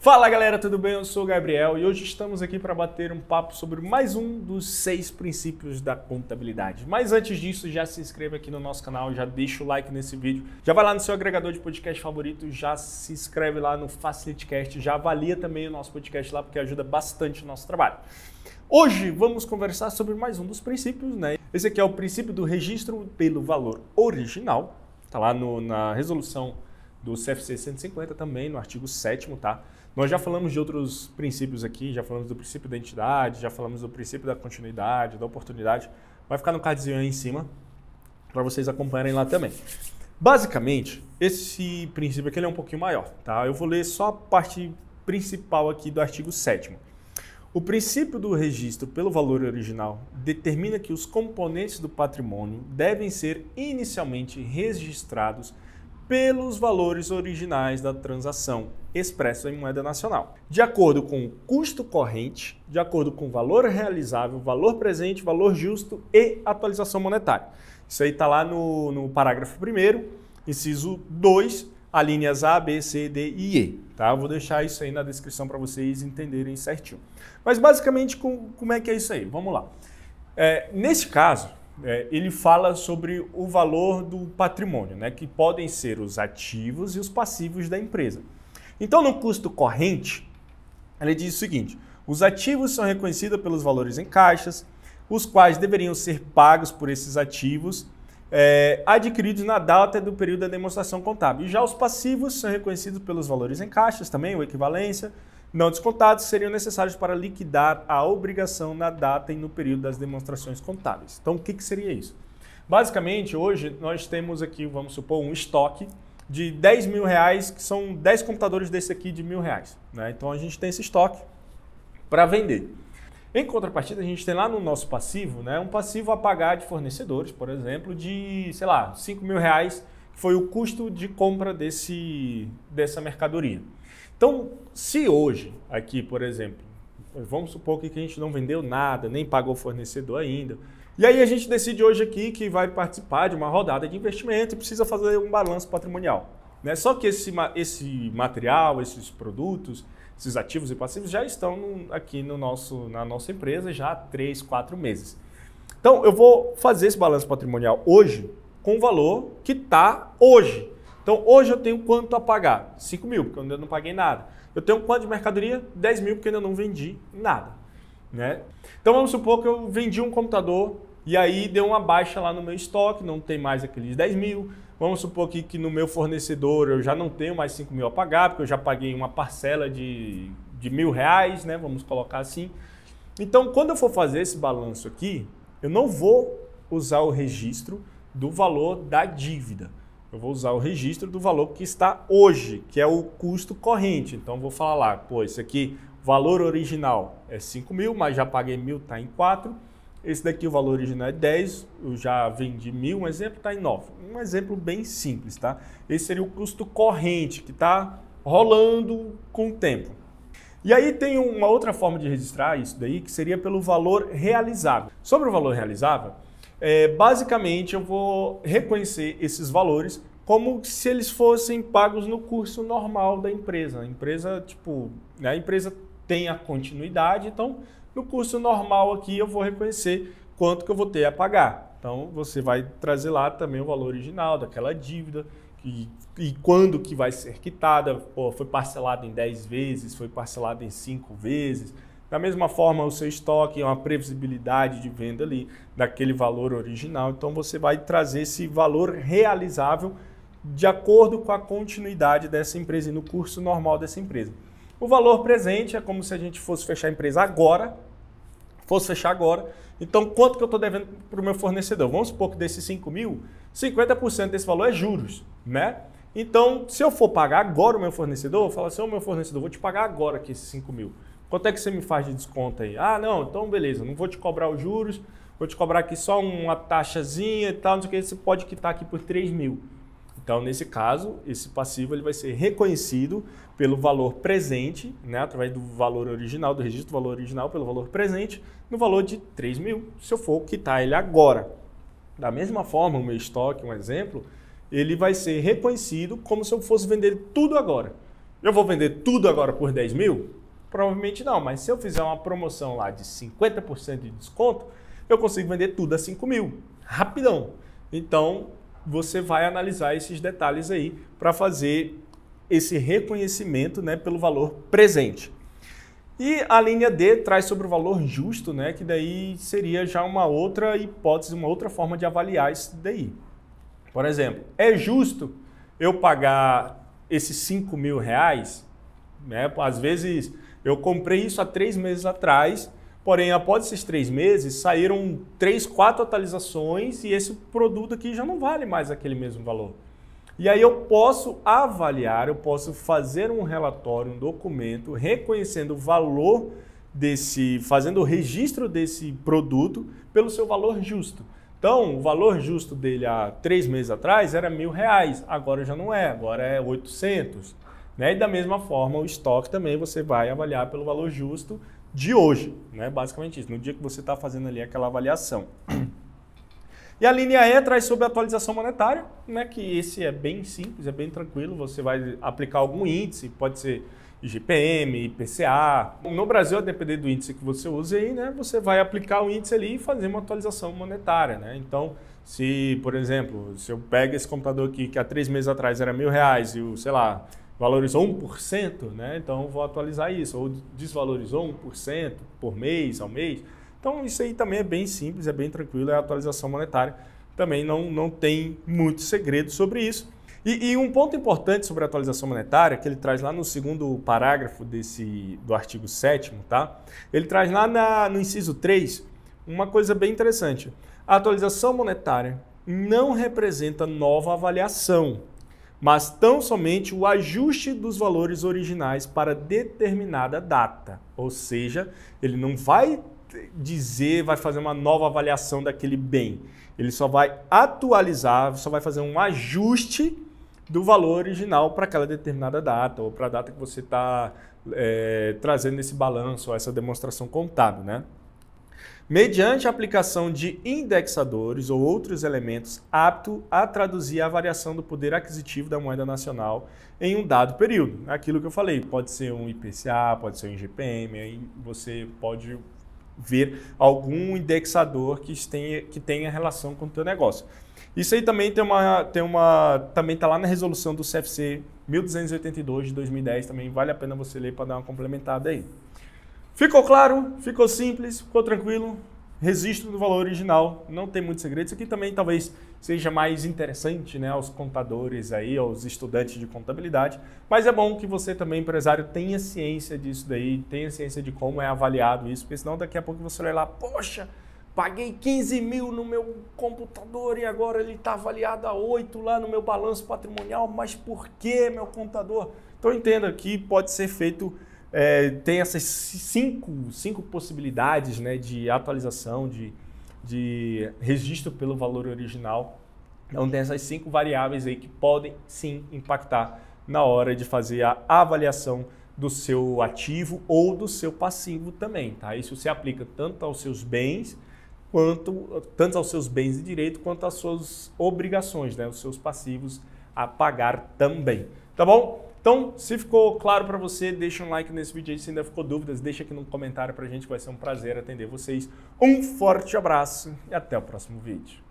Fala galera, tudo bem? Eu sou o Gabriel e hoje estamos aqui para bater um papo sobre mais um dos 6 princípios da contabilidade. Mas antes disso, já se inscreva aqui no nosso canal, já deixa o like nesse vídeo, já vai lá no seu agregador de podcast favorito, já se inscreve lá no FacilityCast, já avalia também o nosso podcast lá porque ajuda bastante o nosso trabalho. Hoje vamos conversar sobre mais um dos princípios, né? Esse aqui é o princípio do registro pelo valor original, está lá na resolução do CFC 150 também, no artigo 7º, tá? Nós já falamos de outros princípios aqui, já falamos do princípio da entidade, já falamos do princípio da continuidade, da oportunidade. Vai ficar no cardzinho aí em cima para vocês acompanharem lá também. Basicamente, esse princípio aqui ele é um pouquinho maior, tá? Eu vou ler só a parte principal aqui do artigo 7º. O princípio do registro pelo valor original determina que os componentes do patrimônio devem ser inicialmente registrados pelos valores originais da transação, expresso em moeda nacional, de acordo com o custo corrente, de acordo com o valor realizável, valor presente, valor justo e atualização monetária. Isso aí está lá no parágrafo 1º, inciso 2, alíneas A, B, C, D e E. Tá? Eu vou deixar isso aí na descrição para vocês entenderem certinho. Mas basicamente, como é que é isso aí? Vamos lá. Nesse caso, ele fala sobre o valor do patrimônio, né, que podem ser os ativos e os passivos da empresa. Então, no custo corrente, ele diz o seguinte: os ativos são reconhecidos pelos valores em caixas, os quais deveriam ser pagos por esses ativos adquiridos na data do período da demonstração contábil. E já os passivos são reconhecidos pelos valores em caixas também, ou equivalência, não descontados, seriam necessários para liquidar a obrigação na data e no período das demonstrações contábeis. Então, o que seria isso? Basicamente, hoje nós temos aqui, vamos supor, um estoque de 10 mil reais, que são 10 computadores desse aqui de R$1.000. Né? Então, a gente tem esse estoque para vender. Em contrapartida, a gente tem lá no nosso passivo, né, um passivo a pagar de fornecedores, por exemplo, de, sei lá, 5 mil reais, que foi o custo de compra dessa mercadoria. Então, se hoje, aqui, por exemplo, vamos supor que a gente não vendeu nada, nem pagou o fornecedor ainda, e aí a gente decide hoje aqui que vai participar de uma rodada de investimento e precisa fazer um balanço patrimonial. Né? Só que esse material, esses produtos, esses ativos e passivos já estão aqui na nossa empresa já há 3, 4 meses. Então, eu vou fazer esse balanço patrimonial hoje com o valor que está hoje. Então, hoje eu tenho quanto a pagar? 5 mil, porque eu ainda não paguei nada. Eu tenho quanto de mercadoria? 10 mil, porque eu ainda não vendi nada. Né? Então, vamos supor que eu vendi um computador e aí deu uma baixa lá no meu estoque, não tem mais aqueles 10 mil. Vamos supor que no meu fornecedor eu já não tenho mais 5 mil a pagar, porque eu já paguei uma parcela de R$1.000, né? Vamos colocar assim. Então, quando eu for fazer esse balanço aqui, eu não vou usar o registro do valor da dívida. Eu vou usar o registro do valor que está hoje, que é o custo corrente. Então, vou falar lá, pô, esse aqui, o valor original é 5 mil, mas já paguei 1.000, está em 4. Esse daqui, o valor original é 10, eu já vendi 1.000, um exemplo está em 9. Um exemplo bem simples, tá? Esse seria o custo corrente, que está rolando com o tempo. E aí tem uma outra forma de registrar isso daí, que seria pelo valor realizável. Sobre o valor realizável, basicamente eu vou reconhecer esses valores como se eles fossem pagos no curso normal da empresa. A empresa, a empresa tem a continuidade, então no curso normal aqui eu vou reconhecer quanto que eu vou ter a pagar. Então você vai trazer lá também o valor original daquela dívida e quando que vai ser quitada. Pô, foi parcelado em 10 vezes, foi parcelado em 5 vezes. Da mesma forma, o seu estoque é uma previsibilidade de venda ali daquele valor original. Então você vai trazer esse valor realizável de acordo com a continuidade dessa empresa e no curso normal dessa empresa. O valor presente é como se a gente fosse fechar a empresa agora, Então, quanto que eu estou devendo para o meu fornecedor? Vamos supor que desses 5 mil, 50% desse valor é juros, né? Então, se eu for pagar agora o meu fornecedor, eu falo assim, meu fornecedor, vou te pagar agora aqui esses 5 mil. Quanto é que você me faz de desconto aí? Ah, não, então beleza, não vou te cobrar os juros, vou te cobrar aqui só uma taxazinha e tal, não sei o que, você pode quitar aqui por 3 mil. Então, nesse caso, esse passivo ele vai ser reconhecido pelo valor presente, né, através do valor original, do registro do valor original pelo valor presente, no valor de 3 mil, se eu for quitar ele agora. Da mesma forma, o meu estoque, um exemplo, ele vai ser reconhecido como se eu fosse vender tudo agora. Eu vou vender tudo agora por 10 mil? Provavelmente não, mas se eu fizer uma promoção lá de 50% de desconto, eu consigo vender tudo a 5 mil, rapidão. Então, você vai analisar esses detalhes aí para fazer esse reconhecimento, né, pelo valor presente. E a linha D traz sobre o valor justo, né, que daí seria já uma outra hipótese, uma outra forma de avaliar isso daí. Por exemplo, é justo eu pagar esses 5 mil reais? Né? Às vezes eu comprei isso há 3 meses atrás, porém após esses 3 meses saíram 3, 4 atualizações e esse produto aqui já não vale mais aquele mesmo valor. E aí eu posso avaliar, eu posso fazer um relatório, um documento, reconhecendo o valor fazendo o registro desse produto pelo seu valor justo. Então, o valor justo dele há 3 meses atrás era R$1.000, agora já não é, agora é 800. Né? E da mesma forma, o estoque também você vai avaliar pelo valor justo de hoje, né? Basicamente isso, no dia que você está fazendo ali aquela avaliação. E a linha E traz sobre a atualização monetária, né, que esse é bem simples, é bem tranquilo, você vai aplicar algum índice, pode ser IGPM, IPCA. No Brasil, a depender do índice que você use aí, né, você vai aplicar o índice ali e fazer uma atualização monetária, né? Então, se, por exemplo, se eu pego esse computador aqui que há 3 meses atrás era R$1.000 e o, sei lá, valorizou 1%, né? Então eu vou atualizar isso, ou desvalorizou 1% por mês, ao mês. Então isso aí também é bem simples, é bem tranquilo, é a atualização monetária. Também não tem muito segredo sobre isso. E um ponto importante sobre a atualização monetária, que ele traz lá no segundo parágrafo do artigo 7º, tá? Ele traz lá no inciso 3 uma coisa bem interessante. A atualização monetária não representa nova avaliação, mas tão somente o ajuste dos valores originais para determinada data. Ou seja, ele não vai vai fazer uma nova avaliação daquele bem. Ele só vai atualizar, só vai fazer um ajuste do valor original para aquela determinada data ou para a data que você está trazendo esse balanço ou essa demonstração contábil, né? Mediante a aplicação de indexadores ou outros elementos apto a traduzir a variação do poder aquisitivo da moeda nacional em um dado período. Aquilo que eu falei, pode ser um IPCA, pode ser um IGPM, aí você pode ver algum indexador que tenha relação com o teu negócio. Isso aí também também está lá na resolução do CFC 1282 de 2010, também vale a pena você ler para dar uma complementada aí. Ficou claro? Ficou simples? Ficou tranquilo? Registro do valor original, não tem muito segredo. Isso aqui também talvez seja mais interessante, né, aos contadores aí, aos estudantes de contabilidade, mas é bom que você também, empresário, tenha ciência disso daí, tenha ciência de como é avaliado isso, porque senão daqui a pouco você vai lá, poxa, paguei 15 mil no meu computador e agora ele está avaliado a 8 lá no meu balanço patrimonial, mas por que, meu contador? Então entenda que pode ser feito, tem essas cinco possibilidades, né, de atualização, de registro pelo valor original. Então tem essas 5 variáveis aí que podem sim impactar na hora de fazer a avaliação do seu ativo ou do seu passivo também, tá? Isso se aplica tanto aos seus bens tanto aos seus bens de direito quanto às suas obrigações, né, os seus passivos a pagar também, tá bom? Então, se ficou claro para você, deixa um like nesse vídeo aí. Se ainda ficou dúvidas, deixa aqui no comentário para a gente, vai ser um prazer atender vocês. Um forte abraço e até o próximo vídeo.